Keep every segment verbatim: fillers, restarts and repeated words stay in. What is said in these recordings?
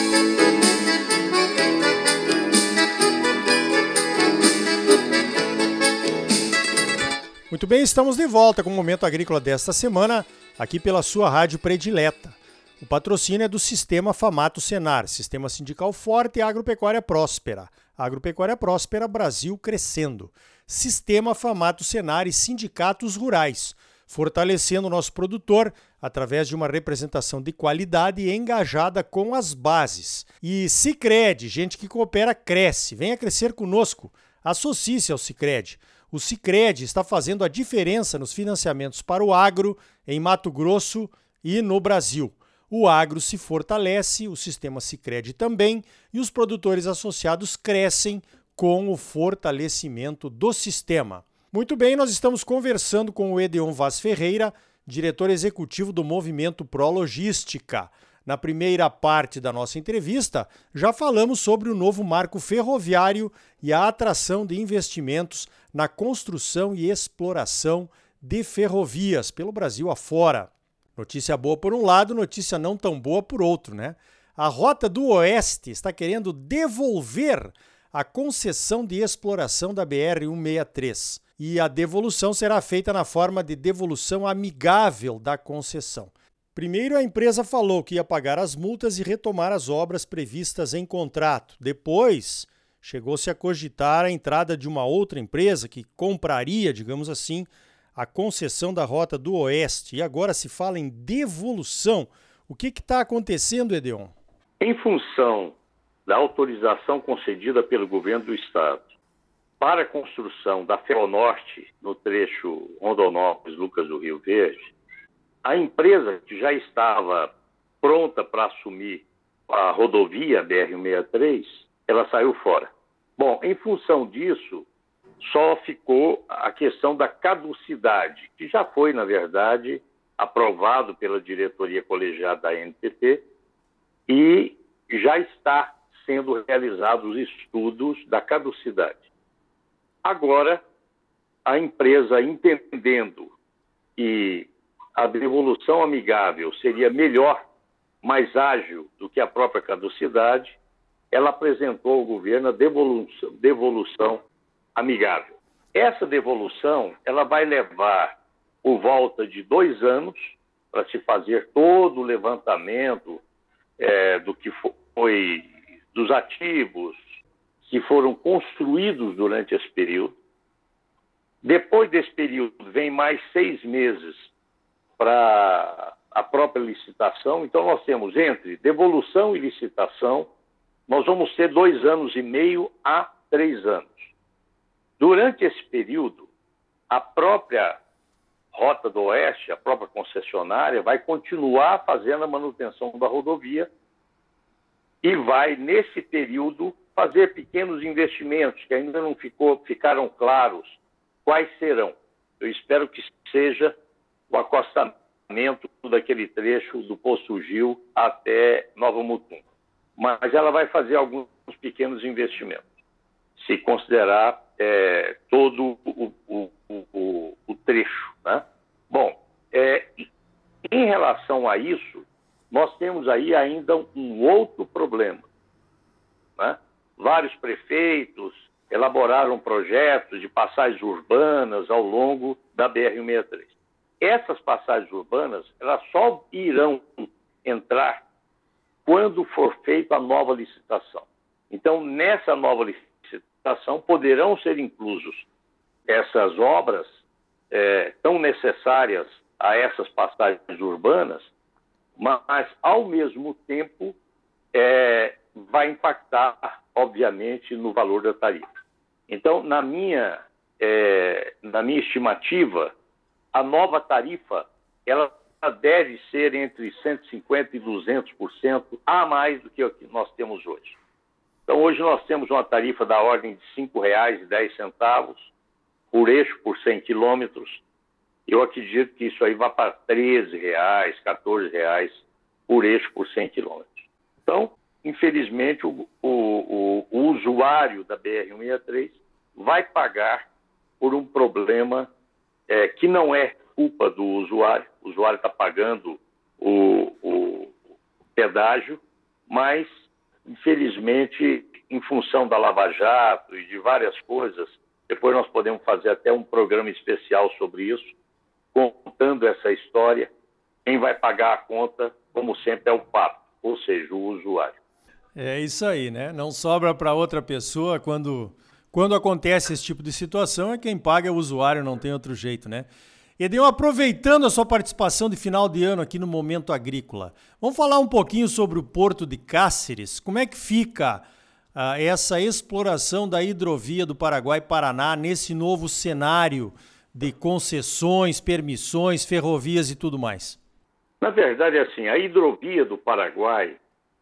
Muito bem, estamos de volta com o Momento Agrícola desta semana, aqui pela sua rádio predileta. O patrocínio é do Sistema Famato Senar, Sistema Sindical Forte e Agropecuária Próspera. Agropecuária Próspera, Brasil crescendo. Sistema Famato Senar e sindicatos rurais, fortalecendo o nosso produtor através de uma representação de qualidade e engajada com as bases. E Sicredi, gente que coopera cresce. Venha crescer conosco. Associe-se ao Sicredi. O Sicredi está fazendo a diferença nos financiamentos para o agro em Mato Grosso e no Brasil. O agro se fortalece, o sistema Sicredi também, e os produtores associados crescem com o fortalecimento do sistema. Muito bem, nós estamos conversando com o Edeon Vaz Ferreira, diretor executivo do Movimento Pro Logística. Na primeira parte da nossa entrevista, já falamos sobre o novo marco ferroviário e a atração de investimentos na construção e exploração de ferrovias pelo Brasil afora. Notícia boa por um lado, notícia não tão boa por outro, né? A Rota do Oeste está querendo devolver a concessão de exploração da B R cento e sessenta e três. E a devolução será feita na forma de devolução amigável da concessão. Primeiro, a empresa falou que ia pagar as multas e retomar as obras previstas em contrato. Depois, chegou-se a cogitar a entrada de uma outra empresa que compraria, digamos assim, a concessão da Rota do Oeste. E agora se fala em devolução. O que está acontecendo, Edeon? Em função da autorização concedida pelo governo do Estado para a construção da Ferronorte no trecho Rondonópolis-Lucas do Rio Verde, a empresa que já estava pronta para assumir a rodovia B R cento e sessenta e três, ela saiu fora. Bom, em função disso, só ficou a questão da caducidade, que já foi, na verdade, aprovado pela diretoria colegiada da N T T e já está sendo realizados os estudos da caducidade. Agora, a empresa, entendendo que a devolução amigável seria melhor, mais ágil do que a própria caducidade, ela apresentou ao governo a devolução, devolução amigável. Essa devolução, ela vai levar por volta de dois anos para se fazer todo o levantamento é, do que foi, dos ativos que foram construídos durante esse período. Depois desse período, vem mais seis meses para a própria licitação. Então, nós temos entre devolução e licitação, nós vamos ter dois anos e meio a três anos. Durante esse período, a própria Rota do Oeste, a própria concessionária, vai continuar fazendo a manutenção da rodovia e vai, nesse período, fazer pequenos investimentos que ainda não ficou, ficaram claros quais serão. Eu espero que seja o acostamento daquele trecho do Poço Gil até Nova Mutum. Mas ela vai fazer alguns pequenos investimentos, se considerar é, todo o, o, o, o trecho, né? Bom, é, em relação a isso, nós temos aí ainda um outro problema, né? Vários prefeitos elaboraram projetos de passagens urbanas ao longo da B R cento e sessenta e três. Essas passagens urbanas, elas só irão entrar quando for feita a nova licitação. Então, nessa nova licitação, poderão ser inclusos essas obras é, tão necessárias a essas passagens urbanas, mas, ao mesmo tempo, é, vai impactar, obviamente, no valor da tarifa. Então, na minha, é, na minha estimativa, a nova tarifa, ela deve ser entre cento e cinquenta por cento e duzentos por cento a mais do que o que nós temos hoje. Então, hoje nós temos uma tarifa da ordem de cinco reais e dez centavos por eixo por cem quilômetros. Eu acredito que isso aí vai para treze reais, quatorze reais por eixo por cem quilômetros. Então, infelizmente, o, o, o, o usuário da B R cento e sessenta e três vai pagar por um problema é, que não é culpa do usuário. O usuário está pagando o, o pedágio, mas infelizmente, em função da Lava Jato e de várias coisas, depois nós podemos fazer até um programa especial sobre isso, contando essa história. Quem vai pagar a conta, como sempre, é o pato, ou seja, o usuário. É isso aí, né? Não sobra para outra pessoa quando, quando acontece esse tipo de situação, é quem paga é o usuário, não tem outro jeito, né? Edeu, aproveitando a sua participação de final de ano aqui no Momento Agrícola, vamos falar um pouquinho sobre o Porto de Cáceres. Como é que fica ah, essa exploração da hidrovia do Paraguai-Paraná nesse novo cenário de concessões, permissões, ferrovias e tudo mais? Na verdade, assim, a hidrovia do Paraguai,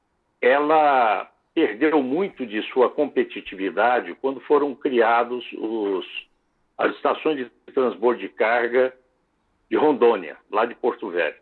ela perdeu muito de sua competitividade quando foram criados os, as estações de transbordo de carga de Rondônia, lá de Porto Velho,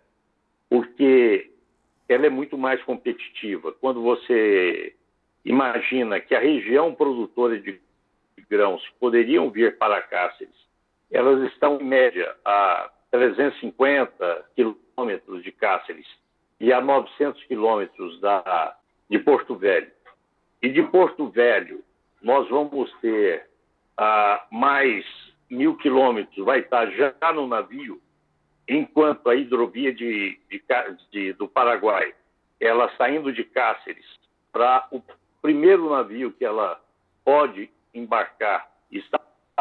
porque ela é muito mais competitiva. Quando você imagina que a região produtora de grãos poderiam vir para Cáceres, elas estão em média a trezentos e cinquenta quilômetros de Cáceres e a novecentos quilômetros da, de Porto Velho. E de Porto Velho nós vamos ter a mais mil quilômetros, vai estar já no navio, enquanto a hidrovia de, de, de, do Paraguai, ela saindo de Cáceres para o primeiro navio que ela pode embarcar, está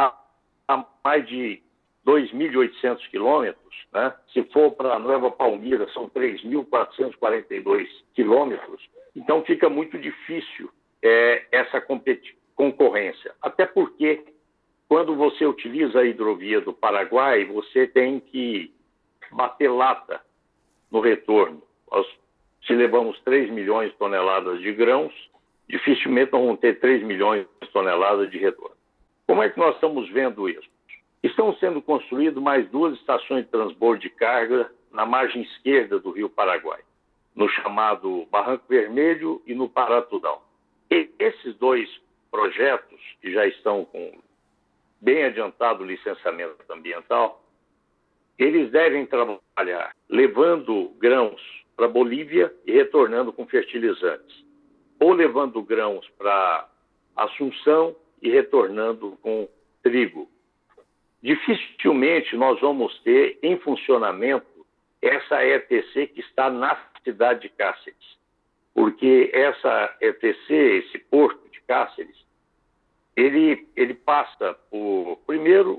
a mais de dois mil e oitocentos quilômetros, né? Se for para Nova Palmira, são três mil quatrocentos e quarenta e dois quilômetros. Então fica muito difícil é, essa concorrência. Até porque, quando você utiliza a hidrovia do Paraguai, você tem que bater lata no retorno. Nós, se levamos três milhões de toneladas de grãos, dificilmente nós vamos ter três milhões de toneladas de retorno. Como é que nós estamos vendo isso? Estão sendo construídas mais duas estações de transbordo de carga na margem esquerda do Rio Paraguai, no chamado Barranco Vermelho e no Paratudão. E esses dois projetos, que já estão com bem adiantado o licenciamento ambiental, eles devem trabalhar levando grãos para a Bolívia e retornando com fertilizantes, ou levando grãos para Assunção e retornando com trigo. Dificilmente nós vamos ter em funcionamento essa E T C que está na cidade de Cáceres, porque essa E T C, esse porto de Cáceres, ele, ele passa por, primeiro,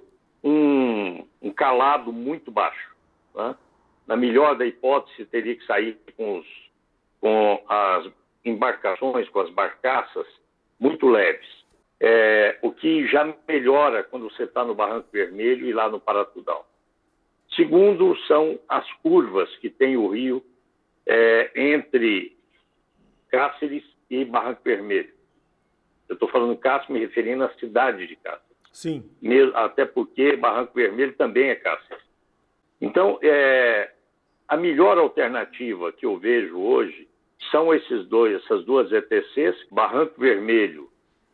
um, um calado muito baixo, né? Na melhor da hipótese, teria que sair com, os, com as embarcações, com as barcaças muito leves. É, o que já melhora quando você está no Barranco Vermelho e lá no Paratudão. Segundo, são as curvas que tem o rio é, entre Cáceres e Barranco Vermelho. Eu estou falando Cáceres, me referindo à cidade de Cáceres. Sim. Mesmo, até porque Barranco Vermelho também é Cáceres. Então, é, a melhor alternativa que eu vejo hoje são esses dois, essas duas E T Cs, Barranco Vermelho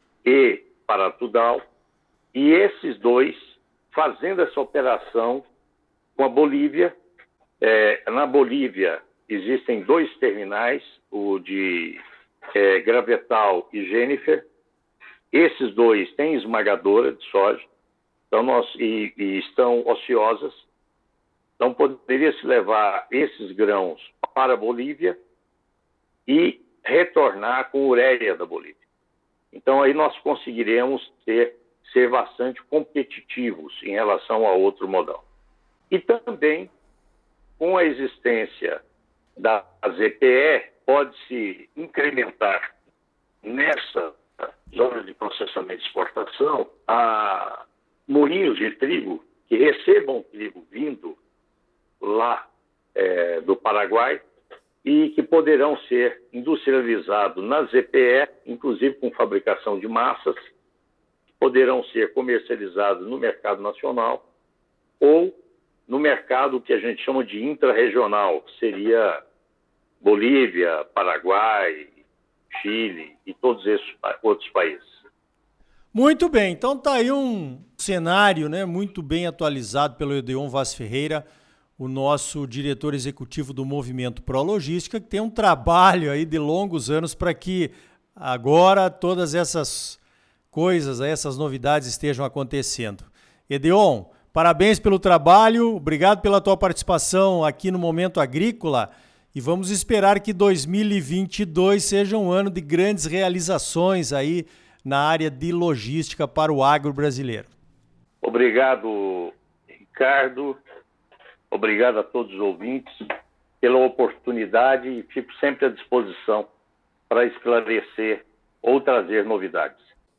e Paratudão, e esses dois fazendo essa operação com a Bolívia. É, na Bolívia existem dois terminais, o de é, Gravetal e Jennifer. Esses dois têm esmagadora de soja, então nós, e, e estão ociosas. Então poderia se levar esses grãos para a Bolívia e retornar com ureia da Bolívia. Então, aí nós conseguiremos ter, ser bastante competitivos em relação a outro modal. E também, com a existência da Z P E, pode-se incrementar nessa zona de processamento e exportação a moinhos de trigo que recebam trigo vindo lá é, do Paraguai, e que poderão ser industrializados na Z P E, inclusive com fabricação de massas, poderão ser comercializados no mercado nacional ou no mercado que a gente chama de intrarregional, que seria Bolívia, Paraguai, Chile e todos esses outros países. Muito bem, então está aí um cenário, né, muito bem atualizado pelo Edeon Vaz Ferreira, o nosso diretor executivo do Movimento Pro Logística, que tem um trabalho aí de longos anos para que agora todas essas coisas, essas novidades estejam acontecendo. Edeon, parabéns pelo trabalho, obrigado pela tua participação aqui no Momento Agrícola e vamos esperar que dois mil e vinte e dois seja um ano de grandes realizações aí na área de logística para o agro brasileiro. Obrigado, Ricardo. Obrigado a todos os ouvintes pela oportunidade e fico sempre à disposição para esclarecer ou trazer novidades.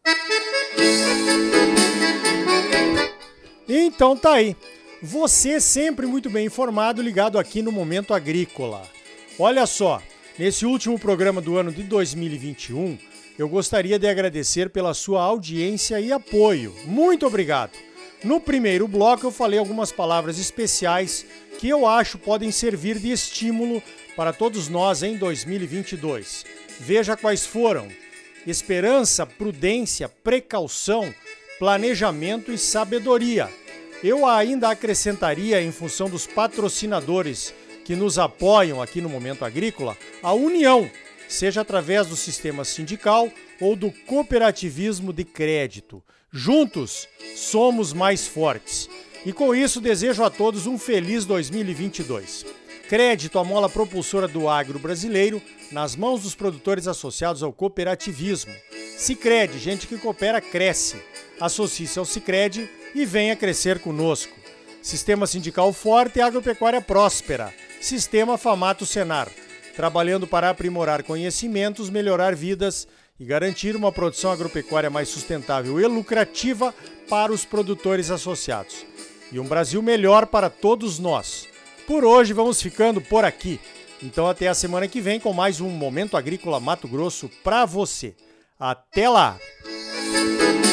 Então tá aí. Você sempre muito bem informado, ligado aqui no Momento Agrícola. Olha só, nesse último programa do ano de dois mil e vinte e um, eu gostaria de agradecer pela sua audiência e apoio. Muito obrigado! No primeiro bloco eu falei algumas palavras especiais que eu acho podem servir de estímulo para todos nós em dois mil e vinte e dois. Veja quais foram: esperança, prudência, precaução, planejamento e sabedoria. Eu ainda acrescentaria, em função dos patrocinadores que nos apoiam aqui no Momento Agrícola, a união, seja através do sistema sindical ou do cooperativismo de crédito. Juntos, somos mais fortes. E com isso, desejo a todos um feliz dois mil e vinte e dois. Crédito, a mola propulsora do agro brasileiro, nas mãos dos produtores associados ao cooperativismo. Sicredi, gente que coopera, cresce. Associe-se ao Sicredi e venha crescer conosco. Sistema sindical forte e agropecuária próspera. Sistema Famato Senar. Trabalhando para aprimorar conhecimentos, melhorar vidas e garantir uma produção agropecuária mais sustentável e lucrativa para os produtores associados. E um Brasil melhor para todos nós. Por hoje vamos ficando por aqui. Então até a semana que vem com mais um Momento Agrícola Mato Grosso para você. Até lá!